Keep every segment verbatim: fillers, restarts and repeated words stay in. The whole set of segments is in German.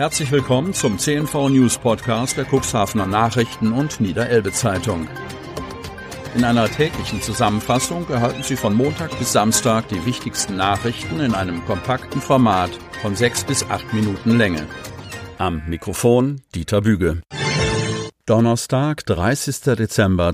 Herzlich willkommen zum C N V News Podcast der Cuxhavener Nachrichten und Niederelbe Zeitung. In einer täglichen Zusammenfassung erhalten Sie von Montag bis Samstag die wichtigsten Nachrichten in einem kompakten Format von sechs bis acht Minuten Länge. Am Mikrofon Dieter Büge. Donnerstag, dreißigster Dezember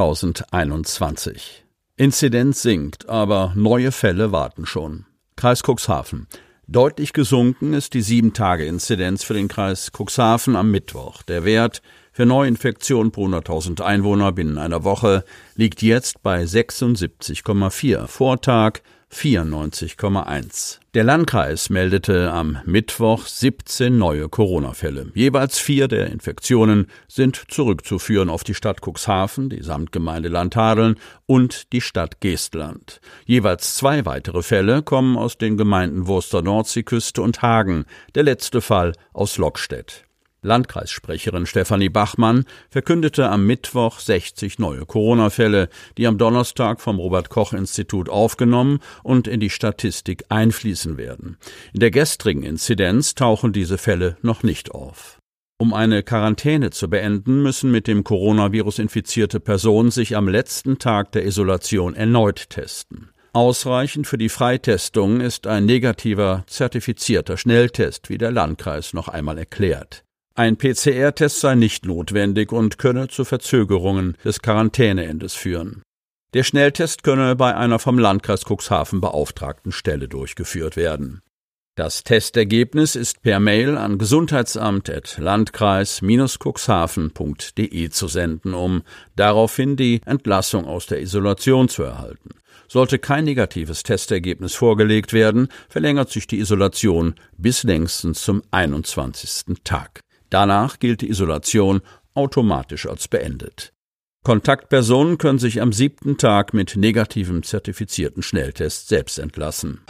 zweitausendeinundzwanzig. Inzidenz sinkt, aber neue Fälle warten schon. Kreis Cuxhaven. Deutlich gesunken ist die sieben Tage Inzidenz für den Kreis Cuxhaven am Mittwoch. Der Wert für Neuinfektionen pro hunderttausend Einwohner binnen einer Woche liegt jetzt bei sechsundsiebzig Komma vier, Vortag vierundneunzig Komma eins. Der Landkreis meldete am Mittwoch siebzehn neue Corona-Fälle. Jeweils vier der Infektionen sind zurückzuführen auf die Stadt Cuxhaven, die Samtgemeinde Landhadeln und die Stadt Geestland. Jeweils zwei weitere Fälle kommen aus den Gemeinden Wurster-Nordseeküste und Hagen, der letzte Fall aus Lockstedt. Landkreissprecherin Stefanie Bachmann verkündete am Mittwoch sechzig neue Corona-Fälle, die am Donnerstag vom Robert-Koch-Institut aufgenommen und in die Statistik einfließen werden. In der gestrigen Inzidenz tauchen diese Fälle noch nicht auf. Um eine Quarantäne zu beenden, müssen mit dem Coronavirus infizierte Personen sich am letzten Tag der Isolation erneut testen. Ausreichend für die Freitestung ist ein negativer, zertifizierter Schnelltest, wie der Landkreis noch einmal erklärt. Ein P C R-Test sei nicht notwendig und könne zu Verzögerungen des Quarantäneendes führen. Der Schnelltest könne bei einer vom Landkreis Cuxhaven beauftragten Stelle durchgeführt werden. Das Testergebnis ist per Mail an gesundheitsamt at landkreis Bindestrich cuxhaven Punkt de zu senden, um daraufhin die Entlassung aus der Isolation zu erhalten. Sollte kein negatives Testergebnis vorgelegt werden, verlängert sich die Isolation bis längstens zum einundzwanzigsten Tag. Danach gilt die Isolation automatisch als beendet. Kontaktpersonen können sich am siebten Tag mit negativem zertifizierten Schnelltest selbst entlassen.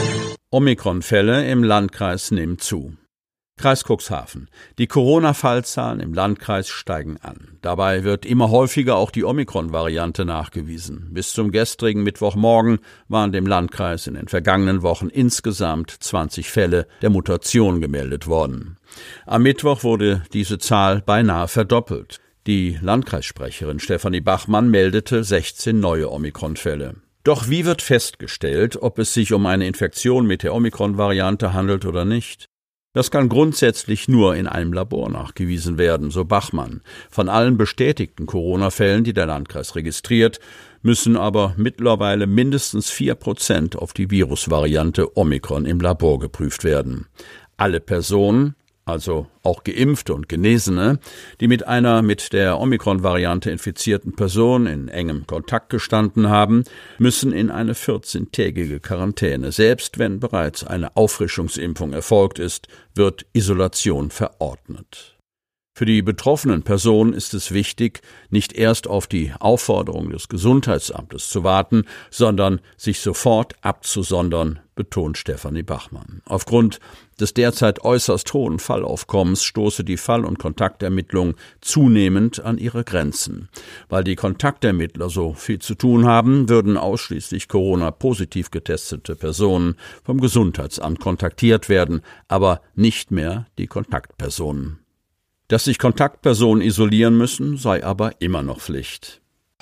Omikron-Fälle im Landkreis nehmen zu. Kreis Cuxhaven. Die Corona-Fallzahlen im Landkreis steigen an. Dabei wird immer häufiger auch die Omikron-Variante nachgewiesen. Bis zum gestrigen Mittwochmorgen waren dem Landkreis in den vergangenen Wochen insgesamt zwanzig Fälle der Mutation gemeldet worden. Am Mittwoch wurde diese Zahl beinahe verdoppelt. Die Landkreissprecherin Stefanie Bachmann meldete sechzehn neue Omikron-Fälle. Doch wie wird festgestellt, ob es sich um eine Infektion mit der Omikron-Variante handelt oder nicht? Das kann grundsätzlich nur in einem Labor nachgewiesen werden, so Bachmann. Von allen bestätigten Corona-Fällen, die der Landkreis registriert, müssen aber mittlerweile mindestens vier Prozent auf die Virusvariante Omikron im Labor geprüft werden. Alle Personen, also auch Geimpfte und Genesene, die mit einer mit der Omikron-Variante infizierten Person in engem Kontakt gestanden haben, müssen in eine vierzehntägige Quarantäne. Selbst wenn bereits eine Auffrischungsimpfung erfolgt ist, wird Isolation verordnet. Für die betroffenen Personen ist es wichtig, nicht erst auf die Aufforderung des Gesundheitsamtes zu warten, sondern sich sofort abzusondern, betont Stefanie Bachmann. Aufgrund des derzeit äußerst hohen Fallaufkommens stoße die Fall- und Kontaktermittlung zunehmend an ihre Grenzen. Weil die Kontaktermittler so viel zu tun haben, würden ausschließlich Corona-positiv getestete Personen vom Gesundheitsamt kontaktiert werden, aber nicht mehr die Kontaktpersonen. Dass sich Kontaktpersonen isolieren müssen, sei aber immer noch Pflicht.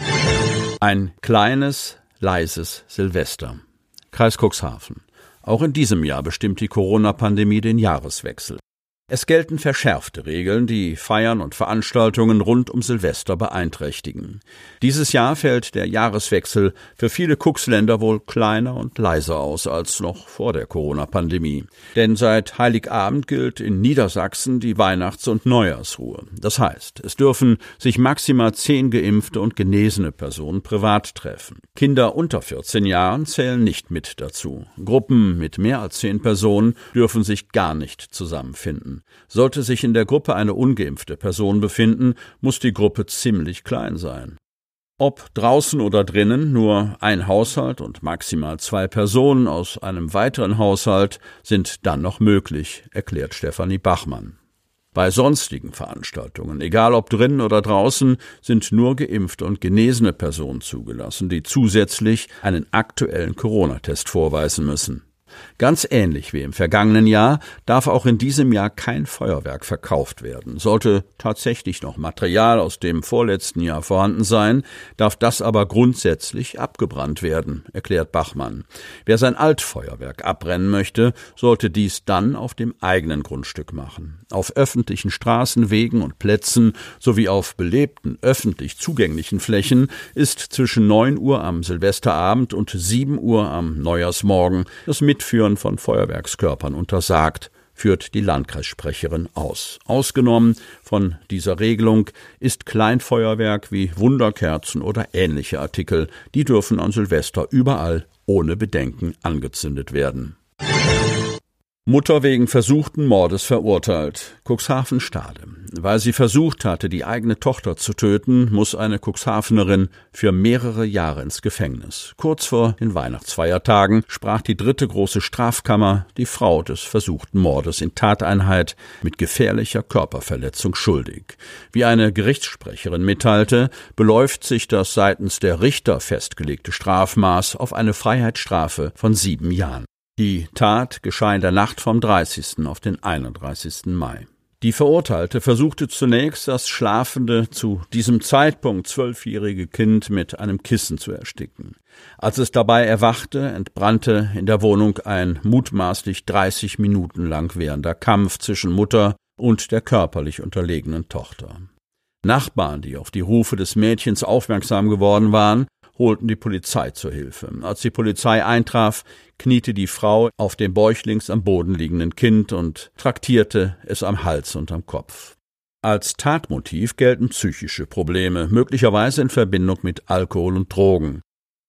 Ein kleines, leises Silvester. Kreis Cuxhaven. Auch in diesem Jahr bestimmt die Corona-Pandemie den Jahreswechsel. Es gelten verschärfte Regeln, die Feiern und Veranstaltungen rund um Silvester beeinträchtigen. Dieses Jahr fällt der Jahreswechsel für viele Cuxländer wohl kleiner und leiser aus als noch vor der Corona-Pandemie. Denn seit Heiligabend gilt in Niedersachsen die Weihnachts- und Neujahrsruhe. Das heißt, es dürfen sich maximal zehn geimpfte und genesene Personen privat treffen. Kinder unter vierzehn Jahren zählen nicht mit dazu. Gruppen mit mehr als zehn Personen dürfen sich gar nicht zusammenfinden. Sollte sich in der Gruppe eine ungeimpfte Person befinden, muss die Gruppe ziemlich klein sein. Ob draußen oder drinnen, nur ein Haushalt und maximal zwei Personen aus einem weiteren Haushalt sind dann noch möglich, erklärt Stefanie Bachmann. Bei sonstigen Veranstaltungen, egal ob drinnen oder draußen, sind nur geimpfte und genesene Personen zugelassen, die zusätzlich einen aktuellen Corona-Test vorweisen müssen. Ganz ähnlich wie im vergangenen Jahr darf auch in diesem Jahr kein Feuerwerk verkauft werden. Sollte tatsächlich noch Material aus dem vorletzten Jahr vorhanden sein, darf das aber grundsätzlich abgebrannt werden, erklärt Bachmann. Wer sein Altfeuerwerk abbrennen möchte, sollte dies dann auf dem eigenen Grundstück machen. Auf öffentlichen Straßen, Wegen und Plätzen sowie auf belebten, öffentlich zugänglichen Flächen ist zwischen neun Uhr am Silvesterabend und sieben Uhr am Neujahrsmorgen das Mitführen von Feuerwerkskörpern untersagt, führt die Landkreissprecherin aus. Ausgenommen von dieser Regelung ist Kleinfeuerwerk wie Wunderkerzen oder ähnliche Artikel. Die dürfen an Silvester überall ohne Bedenken angezündet werden. Mutter wegen versuchten Mordes verurteilt. Cuxhaven-Stade. Weil sie versucht hatte, die eigene Tochter zu töten, muss eine Cuxhavenerin für mehrere Jahre ins Gefängnis. Kurz vor den Weihnachtsfeiertagen sprach die dritte große Strafkammer die Frau des versuchten Mordes in Tateinheit mit gefährlicher Körperverletzung schuldig. Wie eine Gerichtssprecherin mitteilte, beläuft sich das seitens der Richter festgelegte Strafmaß auf eine Freiheitsstrafe von sieben Jahren. Die Tat geschah in der Nacht vom dreißigsten auf den einunddreißigsten Mai. Die Verurteilte versuchte zunächst, das schlafende, zu diesem Zeitpunkt zwölfjährige Kind mit einem Kissen zu ersticken. Als es dabei erwachte, entbrannte in der Wohnung ein mutmaßlich dreißig Minuten lang währender Kampf zwischen Mutter und der körperlich unterlegenen Tochter. Nachbarn, die auf die Rufe des Mädchens aufmerksam geworden waren, holten die Polizei zur Hilfe. Als die Polizei eintraf, kniete die Frau auf dem bäuchlings am Boden liegenden Kind und traktierte es am Hals und am Kopf. Als Tatmotiv gelten psychische Probleme, möglicherweise in Verbindung mit Alkohol und Drogen.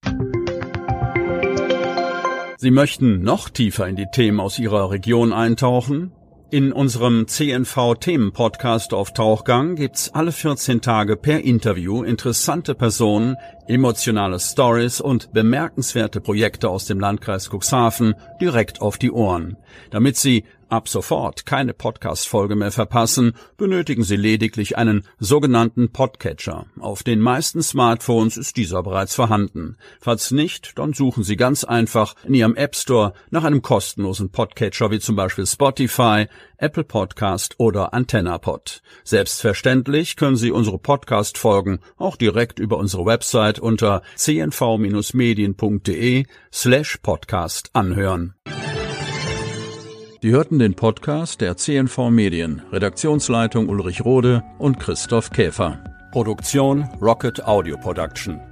Sie möchten noch tiefer in die Themen aus Ihrer Region eintauchen? In unserem C N V-Themen-Podcast auf Tauchgang gibt's alle vierzehn Tage per Interview interessante Personen, emotionale Stories und bemerkenswerte Projekte aus dem Landkreis Cuxhaven direkt auf die Ohren. Damit Sie ab sofort keine Podcast-Folge mehr verpassen, benötigen Sie lediglich einen sogenannten Podcatcher. Auf den meisten Smartphones ist dieser bereits vorhanden. Falls nicht, dann suchen Sie ganz einfach in Ihrem App Store nach einem kostenlosen Podcatcher wie zum Beispiel Spotify, Apple Podcast oder AntennaPod. Selbstverständlich können Sie unsere Podcast-Folgen auch direkt über unsere Website unter c n v Bindestrich medien punkt d e slash podcast anhören. Sie hörten den Podcast der C N V Medien, Redaktionsleitung Ulrich Rode und Christoph Käfer. Produktion Rocket Audio Production.